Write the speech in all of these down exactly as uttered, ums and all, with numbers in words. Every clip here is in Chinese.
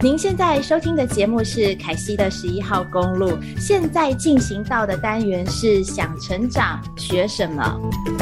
您现在收听的节目是凯西的十一号公路，现在进行到的单元是想成长学什么。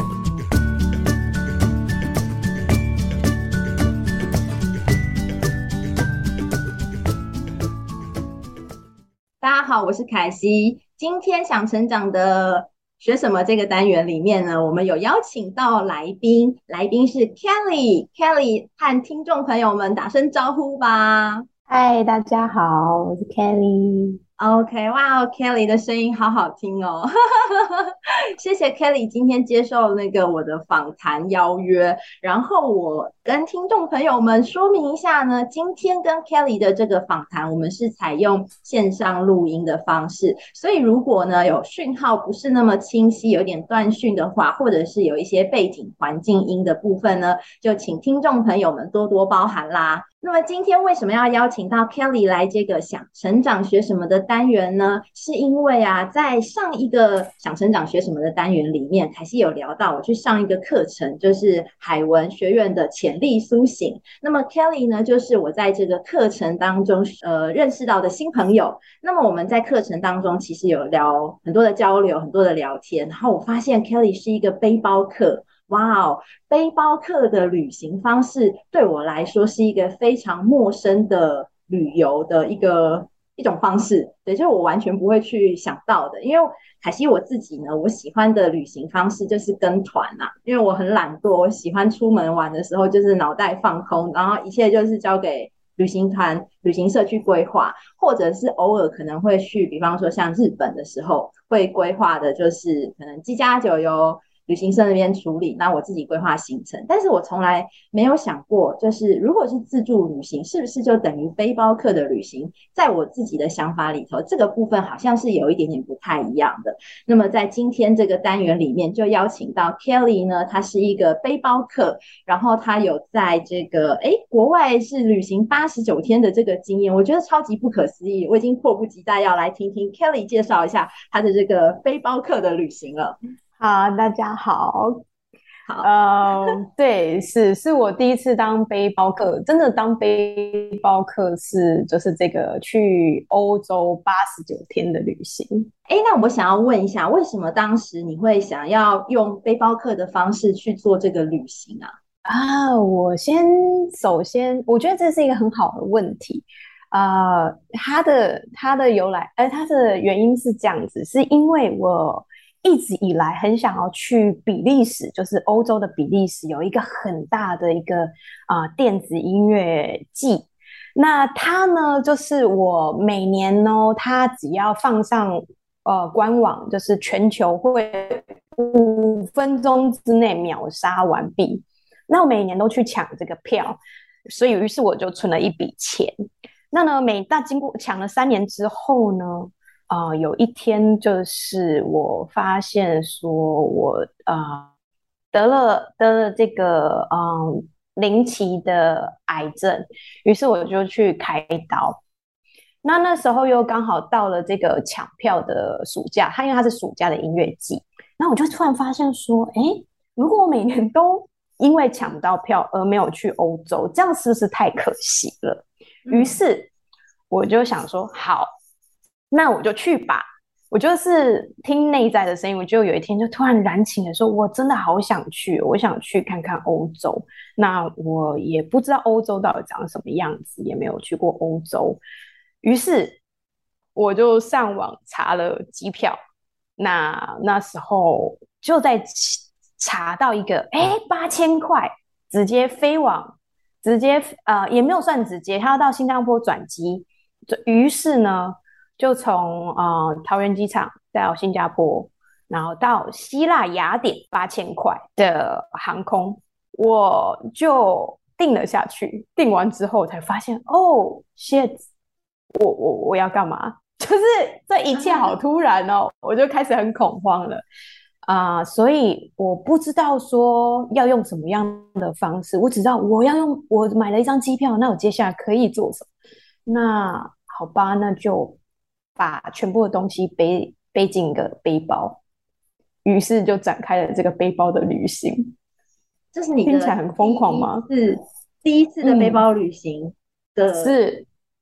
大家好，我是凯西。今天想成长的学什么这个单元里面呢，我们有邀请到来宾，来宾是 Kelly。Kelly 和听众朋友们打声招呼吧。 嗨，大家好，我是 Kelly。 OK， 哇哦，Kelly 的声音好好听哦，谢谢 Kelly 今天接受那个我的访谈邀约。然后我跟听众朋友们说明一下呢，今天跟 Kelly 的这个访谈，我们是采用线上录音的方式，所以如果呢有讯号不是那么清晰，有点断讯的话，或者是有一些背景环境音的部分呢，就请听众朋友们多多包涵啦。那么今天为什么要邀请到 Kelly 来这个想成长学什么的单元呢？是因为啊，在上一个想成长学什么的单元里面，凯西有聊到我去上一个课程，就是海文学院的潜力苏醒。那么 Kelly 呢，就是我在这个课程当中呃认识到的新朋友。那么我们在课程当中其实有聊很多的交流，很多的聊天，然后我发现 Kelly 是一个背包客。哇哦，背包客的旅行方式对我来说是一个非常陌生的旅游的一个一种方式，对，就是我完全不会去想到的。因为凯西我自己呢，我喜欢的旅行方式就是跟团啊，因为我很懒惰，我喜欢出门玩的时候就是脑袋放空，然后一切就是交给旅行团、旅行社去规划，或者是偶尔可能会去，比方说像日本的时候会规划的，就是可能机加酒由旅行社那边处理，那我自己规划行程。但是我从来没有想过，就是如果是自助旅行，是不是就等于背包客的旅行？在我自己的想法里头，这个部分好像是有一点点不太一样的。那么在今天这个单元里面，就邀请到 Kelly 呢，她是一个背包客，然后她有在这个诶国外是旅行八十九天的这个经验，我觉得超级不可思议。我已经迫不及待要来听听 Kelly 介绍一下她的这个背包客的旅行了。 好，大家好。 好。 呃，对，是是我第一次当背包客，真的当背包客是就是这个去欧洲八十九天的旅行。 哎，那我想要问一下，为什么当时你会想要用背包客的方式去做这个旅行啊？ 啊。我先首先，我觉得这是一个很好的问题。呃，它的它的由来，呃，它的原因是这样子，是因为我一直以来很想要去比利时，就是欧洲的比利时，有一个很大的一个啊、呃电子音乐季。那它呢，就是我每年呢，它只要放上呃官网，就是全球会五分钟之内秒杀完毕。那我每年都去抢这个票，所以于是我就存了一笔钱。那呢，每那经过抢了三年之后呢，呃，有一天就是我发现说我呃得了得了这个嗯、呃、零期的癌症，于是我就去开刀。那那时候又刚好到了这个抢票的暑假，它因为它是暑假的音乐季，那我就突然发现说，哎，如果我每年都因为抢不到票而没有去欧洲，这样是不是太可惜了？于嗯。 是我就想说，好，那我就去吧。我就是听内在的声音，我就有一天就突然燃起了说，我真的好想去，我想去看看欧洲。那我也不知道欧洲到底长什么样子，也没有去过欧洲，于是我就上网查了机票。那那时候就在查到一个，哎，八千块，直接飞往，直接呃也没有算直接，他要到新加坡转机。于是呢，就从呃桃园机场到新加坡，然后到希腊雅典八千块的航空，我就定了下去。定完之后才发现，哦，shit，我我我要干嘛？就是这一切好突然哦，我就开始很恐慌了。啊、呃所以我不知道说要用什么样的方式，我只知道我要用，我买了一张机票，那我接下来可以做什么？那好吧，那就把全部的东西背背进一个背包，于是就展开了这个背包的旅行。 这是你的听起来很疯第一狂吗？ 次第一次的背嗯， 包旅行的是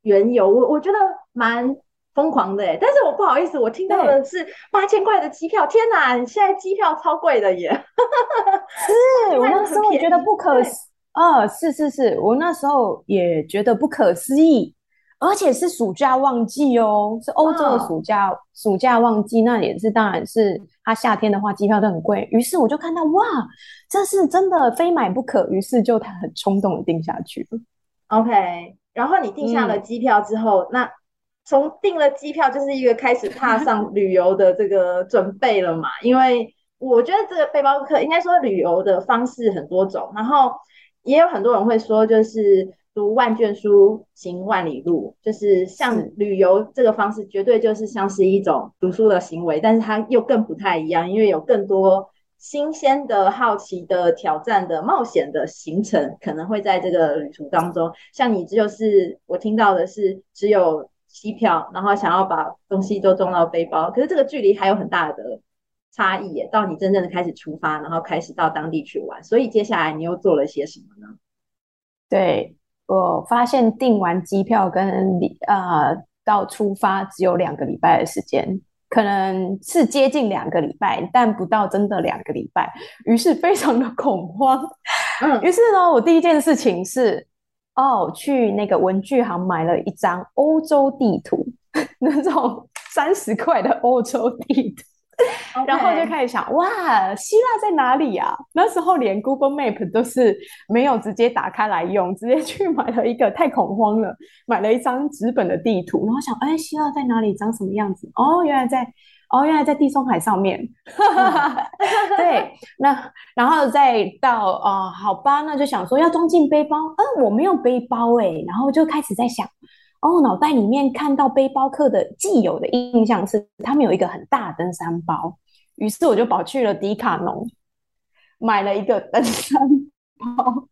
原油，我我觉得蛮疯狂的哎。但是我不好意思，我听到的是八千块的机票，天哪，现在机票超贵的耶！ 是我那时候觉得不可思， 思，呃，是是是，我那时候也觉得不可思议，而且是暑假旺季哦，是欧洲的哇， 暑假暑假旺季，那也是当然是它夏天的话机票都很贵，于是我就看到哇，这是真的非买不可，于是就很冲动的定下去了。 OK，然后你订下了嗯， 机票之后，那从订了机票就是一个开始踏上旅游的这个准备了嘛？因为我觉得这个背包客应该说旅游的方式很多种，然后也有很多人会说，就是读万卷书，行万里路，就是像是。 旅游这个方式，绝对就是像是一种读书的行为，但是它又更不太一样，因为有更多新鲜的、好奇的、挑战的、冒险的行程可能会在这个旅途当中。像你就是我听到的是只有机票，然后想要把东西都装到背包，可是这个距离还有很大的差异耶，到你真正的开始出发，然后开始到当地去玩。所以接下来你又做了些什么呢？ 对，我发现订完机票跟离呃到出发只有两个礼拜的时间，可能是接近两个礼拜，但不到真的两个礼拜，于是非常的恐慌。于嗯， 是呢，我第一件事情是，哦，去那个文具行买了一张欧洲地图，那种三十块的欧洲地图。然后就 OK， 开始想，哇，希腊在哪里呀、啊？那时候连 Google Map 都是没有直接打开来用，直接去买了一个，太恐慌了，买了一张纸本的地图，然后想，哎，希腊在哪里？长什么样子？哦，原来在，哦，原来在地中海上面。 嗯， 对，那然后再到啊、呃好吧，那就想说要装进背包，嗯，我没有背包哎，然后就开始在想。哦，脑袋里面看到背包客的既有的印象是，他们有一个很大的登山包，于是我就跑去了迪卡侬，买了一个登山包，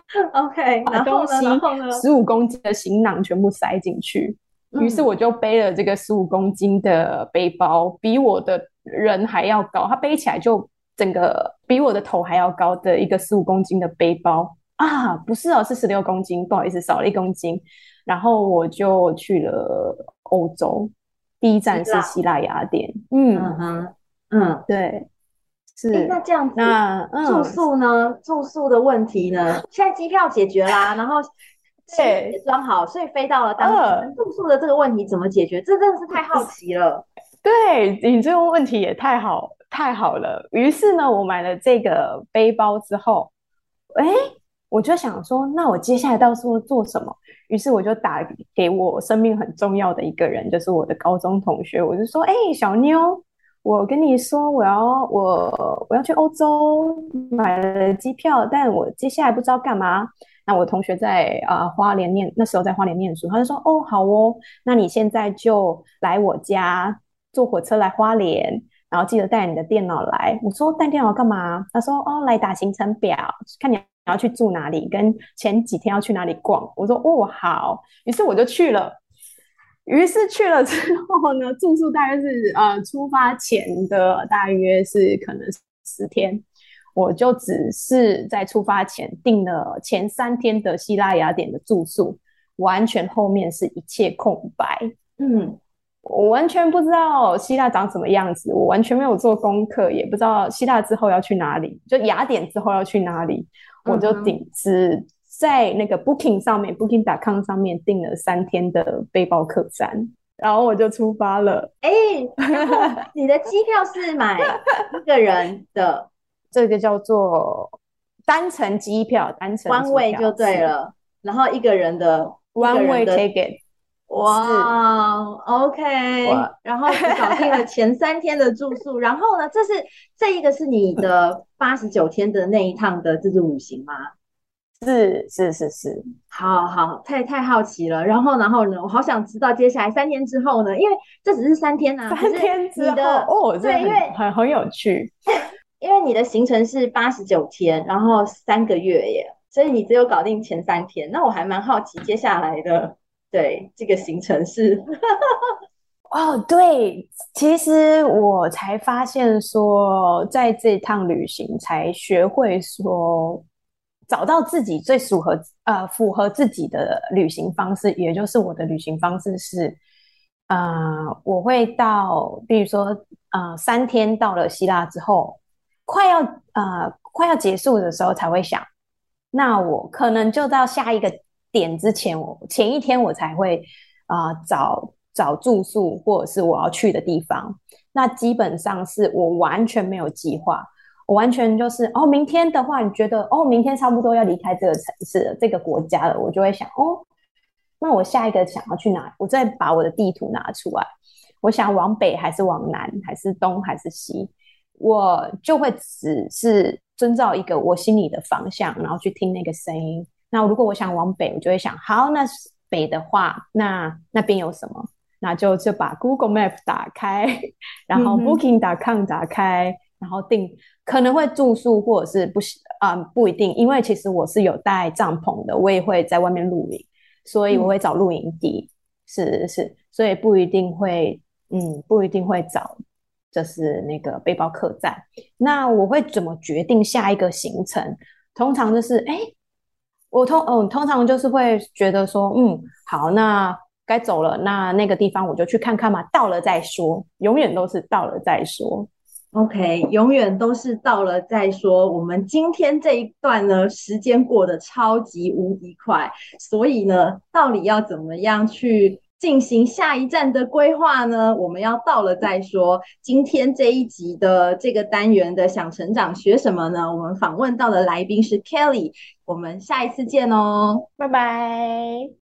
OK， 把然后呢？然东西后呢？ 十五公斤的行囊全部塞进去。于是嗯， 我就背了这个十五公斤的背包，比我的人还要高，它背起来就整个比我的头还要高的一个十五公斤的背包啊，不是哦，是十六公斤，不好意思，少了一公斤。然后我就去了欧洲，第一站是希腊， 希腊雅典。嗯， 嗯哼，嗯。 对， 哎，那是。 这样子那住嗯， 宿呢？住宿的问题呢？现在机票解决啦，然后行李也对， 装好，所以飞到了当地。那呃， 住宿的这个问题怎么解决？这真的是太好奇了。 对你这个问题也太好太好了。于是呢，我买了这个背包之后，哎，我就想说，那我接下来到时候做什么？于是我就打给我生命很重要的一个人，就是我的高中同学，我就说，哎，小妞，我跟你说，我要我我要去欧洲，买了机票，但我接下来不知道干嘛。那我同学在啊、呃花莲念，那时候在花莲念书，他就说，哦，好哦，那你现在就来我家坐火车来花莲，然后记得带你的电脑来。我说带电脑干嘛？他说哦，来打行程表，看你要去住哪里，跟前几天要去哪里逛。我说哦好，于是我就去了。于是去了之后呢，住宿大约是呃出发前的大约是可能十天，我就只是在出发前订了前三天的希腊雅典的住宿，完全后面是一切空白。 嗯我完全不知道希腊长什么样子，我完全没有做功课，也不知道希腊之后要去哪里，就雅典之后要去哪里，我就嗯哼， 顶只在那个 Booking 上面，Booking 点 com 上面订了三天的背包客栈，然后我就出发了。 哎，然后你的机票是买一个人的这个叫做单程机票，单程 one 机 way 就票是对了，然后一个人的一个 one 人 way 的 ticket，是哇，OK， 我然后只搞定了前三天的住宿，然后呢，这是这一个是你的八十九天的那一趟的自助旅行吗？ 是是是是， 好好，太太好奇了。然后，然后呢，我好想知道接下来三天之后呢，因为这只是三天呐、可是三天之后你的哦，这对，因很为很很有趣。 因为你的行程是八十九天，然后三个月耶，所以你只有搞定前三天。那我还蛮好奇接下来的，对，这个行程是， 哦，对，其实我才发现说，在这趟旅行才学会说找到自己最符合呃符合自己的旅行方式，也就是我的旅行方式是，呃，我会到，比如说呃三天到了希腊之后，快要呃快要结束的时候才会想，那我可能就到下一个点之前，我前一天我才会啊、呃找找住宿或者是我要去的地方。那基本上是我完全没有计划，我完全就是哦，明天的话，你觉得哦，明天差不多要离开这个城市了，这个国家了，我就会想哦，那我下一个想要去哪？我再把我的地图拿出来，我想往北还是往南，还是东还是西？我就会只是遵照一个我心里的方向，然后去听那个声音。那如果我想往北，我就会想，好，那北的话，那那边有什么？那就就把 Google Map 打开，然后嗯哼。 Booking 点 com 打开，然后订，可能会住宿或者是不啊、呃、不一定，因为其实我是有带帐篷的，我也会在外面露营，所以我会找露营地，是是，所以不一定会嗯不一定会找就是那个背包客栈。那我会怎么决定下一个行程？通常就是哎，我通嗯通常就是会觉得说嗯好，那该走了，那那个地方我就去看看嘛，到了再说，永远都是到了再说。 OK，永远都是到了再说。我们今天这一段呢，时间过得超级无敌快，所以呢，到底要怎么样去进行下一站的规划呢？我们要到了再说。今天这一集的这个单元的想成长学什么呢？我们访问到的来宾是 Kelly，我们下一次见哦。 拜拜。